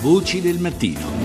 Voci del mattino.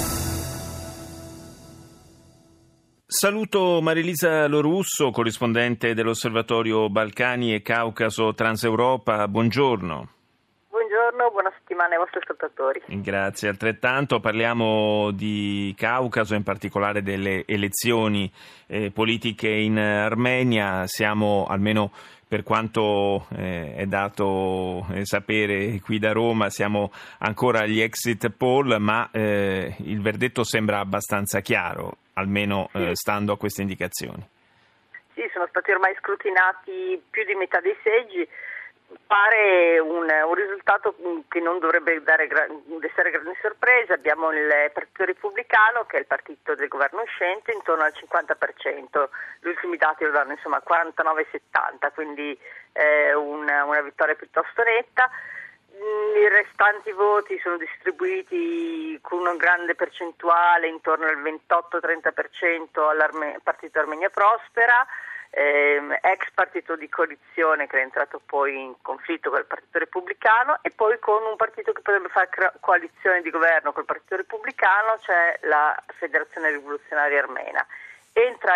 Saluto Marilisa Lorusso, corrispondente dell'Osservatorio Balcani e Caucaso Transeuropa. Buongiorno. Buongiorno, buona settimana ai vostri ascoltatori. Grazie, altrettanto. Parliamo di Caucaso, in particolare delle elezioni politiche in Armenia. Siamo, almeno per quanto è dato sapere qui da Roma, siamo ancora agli exit poll, ma il verdetto sembra abbastanza chiaro, almeno stando a queste indicazioni. Sì, sono stati ormai scrutinati più di metà dei seggi. Pare un risultato che non dovrebbe destare grandi sorprese. Abbiamo il Partito Repubblicano, che è il partito del governo uscente, intorno al 50%. Gli ultimi dati lo danno 49,70, quindi una vittoria piuttosto netta. I restanti voti sono distribuiti con una grande percentuale, intorno al 28-30% al Partito Armenia Prospera, ex partito di coalizione che è entrato poi in conflitto con il Partito Repubblicano, e poi con un partito che potrebbe fare coalizione di governo col Partito Repubblicano, c'è la Federazione Rivoluzionaria Armena. Entra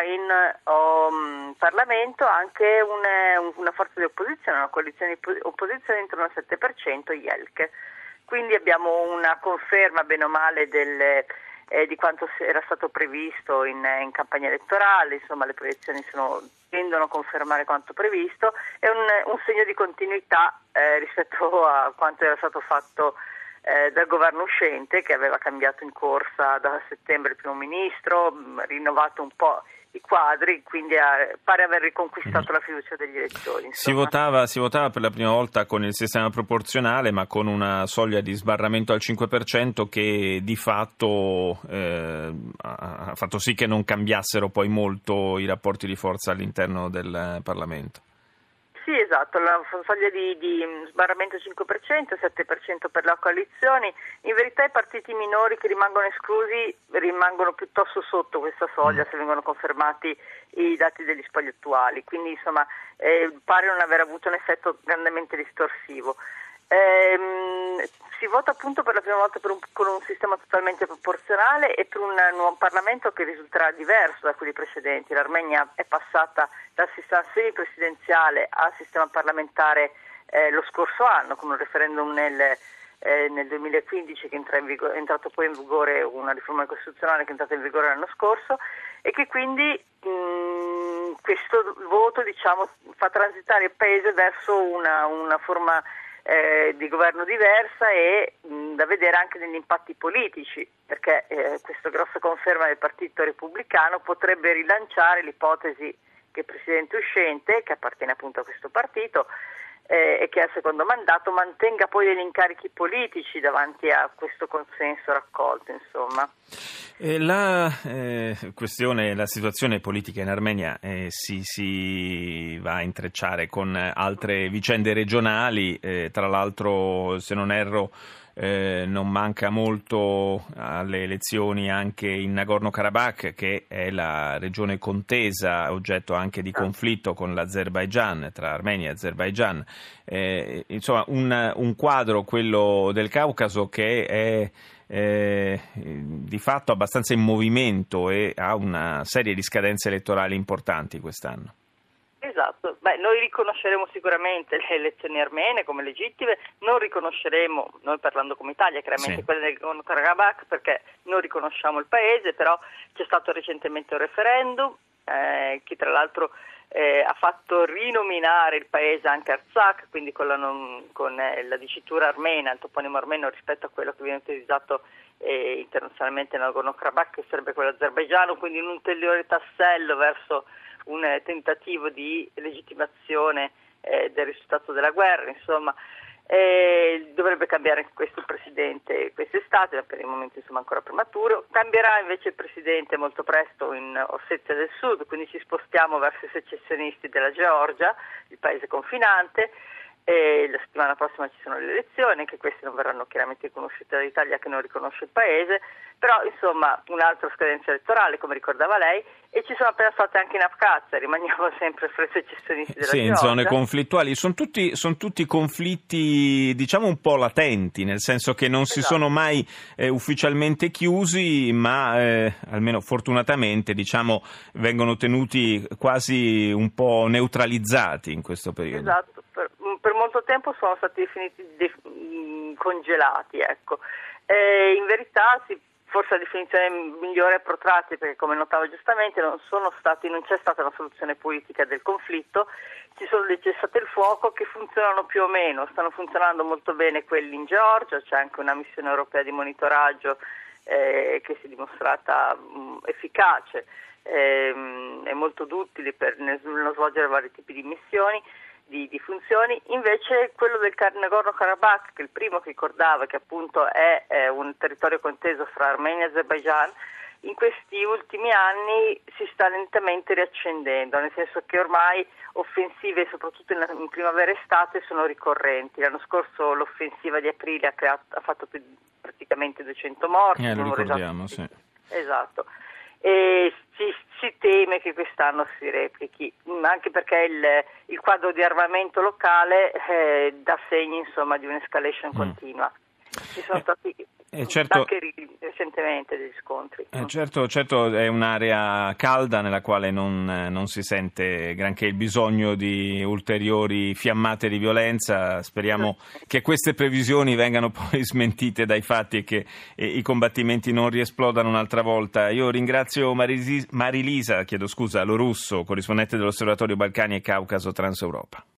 in Parlamento anche una forza di opposizione, una coalizione di opposizione intorno al 7%, Yelke. Quindi abbiamo una conferma bene o male di quanto era stato previsto in campagna elettorale. Insomma, le proiezioni tendono a confermare quanto previsto. È un segno di continuità rispetto a quanto era stato fatto dal governo uscente, che aveva cambiato in corsa da settembre il primo ministro, rinnovato un po' i quadri, quindi pare aver riconquistato la fiducia degli elettori. Si votava per la prima volta con il sistema proporzionale, ma con una soglia di sbarramento al 5% che di fatto ha fatto sì che non cambiassero poi molto i rapporti di forza all'interno del Parlamento. Sì, esatto, la soglia di sbarramento 5%, 7% per le coalizioni. In verità i partiti minori che rimangono esclusi rimangono piuttosto sotto questa soglia se vengono confermati i dati degli spogli attuali, quindi insomma pare non aver avuto un effetto grandemente distorsivo. Si vota appunto per la prima volta con un sistema totalmente proporzionale e per un nuovo Parlamento che risulterà diverso da quelli precedenti. L'Armenia è passata dal sistema semipresidenziale al sistema parlamentare lo scorso anno, con un referendum nel 2015 che è entrato poi in vigore, una riforma costituzionale che è entrata in vigore l'anno scorso, e che quindi questo voto fa transitare il paese verso una forma di governo diversa e da vedere anche negli impatti politici, perché questa grossa conferma del Partito Repubblicano potrebbe rilanciare l'ipotesi che il presidente uscente, che appartiene appunto a questo partito e che ha il secondo mandato, mantenga poi degli incarichi politici davanti a questo consenso raccolto, insomma. La questione, la situazione politica in Armenia si va a intrecciare con altre vicende regionali, tra l'altro, se non erro, non manca molto alle elezioni anche in Nagorno-Karabakh, che è la regione contesa, oggetto anche di conflitto con l'Azerbaigian, tra Armenia e Azerbaigian. Insomma, un quadro, quello del Caucaso, che è di fatto abbastanza in movimento e ha una serie di scadenze elettorali importanti quest'anno. Esatto, noi riconosceremo sicuramente le elezioni armene come legittime, non riconosceremo, noi parlando come Italia, chiaramente quelle del Nagorno-Karabakh, perché non riconosciamo il paese, però c'è stato recentemente un referendum che tra l'altro ha fatto rinominare il paese anche Artsakh, quindi con la dicitura armena, il toponimo armeno rispetto a quello che viene utilizzato internazionalmente nel Nagorno-Karabakh, che sarebbe quello azerbaigiano, quindi un ulteriore tassello verso un tentativo di legittimazione del risultato della guerra. Insomma, dovrebbe cambiare questo presidente quest'estate, ma per il momento ancora prematuro. Cambierà invece il presidente molto presto in Ossetia del Sud, quindi ci spostiamo verso i secessionisti della Georgia, il paese confinante, E la settimana prossima ci sono le elezioni, anche queste non verranno chiaramente conosciute dall'Italia che non riconosce il paese, però insomma un'altra scadenza elettorale, come ricordava lei, e ci sono appena state anche in Abkhazia, rimaniamo sempre fra i secessionisti della Sì, in Georgia. zone conflittuali. Sono tutti conflitti, diciamo, un po' latenti, nel senso che non si sono mai ufficialmente chiusi, ma almeno fortunatamente, diciamo, vengono tenuti quasi un po' neutralizzati in questo periodo. Esatto, per molto tempo sono stati definiti congelati, ecco. In verità forse la definizione migliore è protratti, perché come notavo giustamente non c'è stata una soluzione politica del conflitto, ci sono dei cessate il fuoco che funzionano più o meno, stanno funzionando molto bene quelli in Georgia, c'è anche una missione europea di monitoraggio che si è dimostrata efficace e molto utile nello svolgere vari tipi di missioni. Di funzioni. Invece quello del Nagorno-Karabakh, che è il primo che ricordava, che appunto è un territorio conteso fra Armenia e Azerbaijan, in questi ultimi anni si sta lentamente riaccendendo, nel senso che ormai offensive, soprattutto in primavera e estate, sono ricorrenti. L'anno scorso l'offensiva di aprile ha fatto praticamente 200 morti. Lo ricordiamo, sì. Esatto. E si teme che quest'anno si replichi, anche perché il quadro di armamento locale dà segni, insomma, di un'escalation continua. Ci sono stati anche recentemente degli scontri. Certo, è un'area calda nella quale non si sente granché il bisogno di ulteriori fiammate di violenza. Speriamo che queste previsioni vengano poi smentite dai fatti e che i combattimenti non riesplodano un'altra volta. Io ringrazio Marilisa Lorusso, corrispondente dell'Osservatorio Balcani e Caucaso Transeuropa.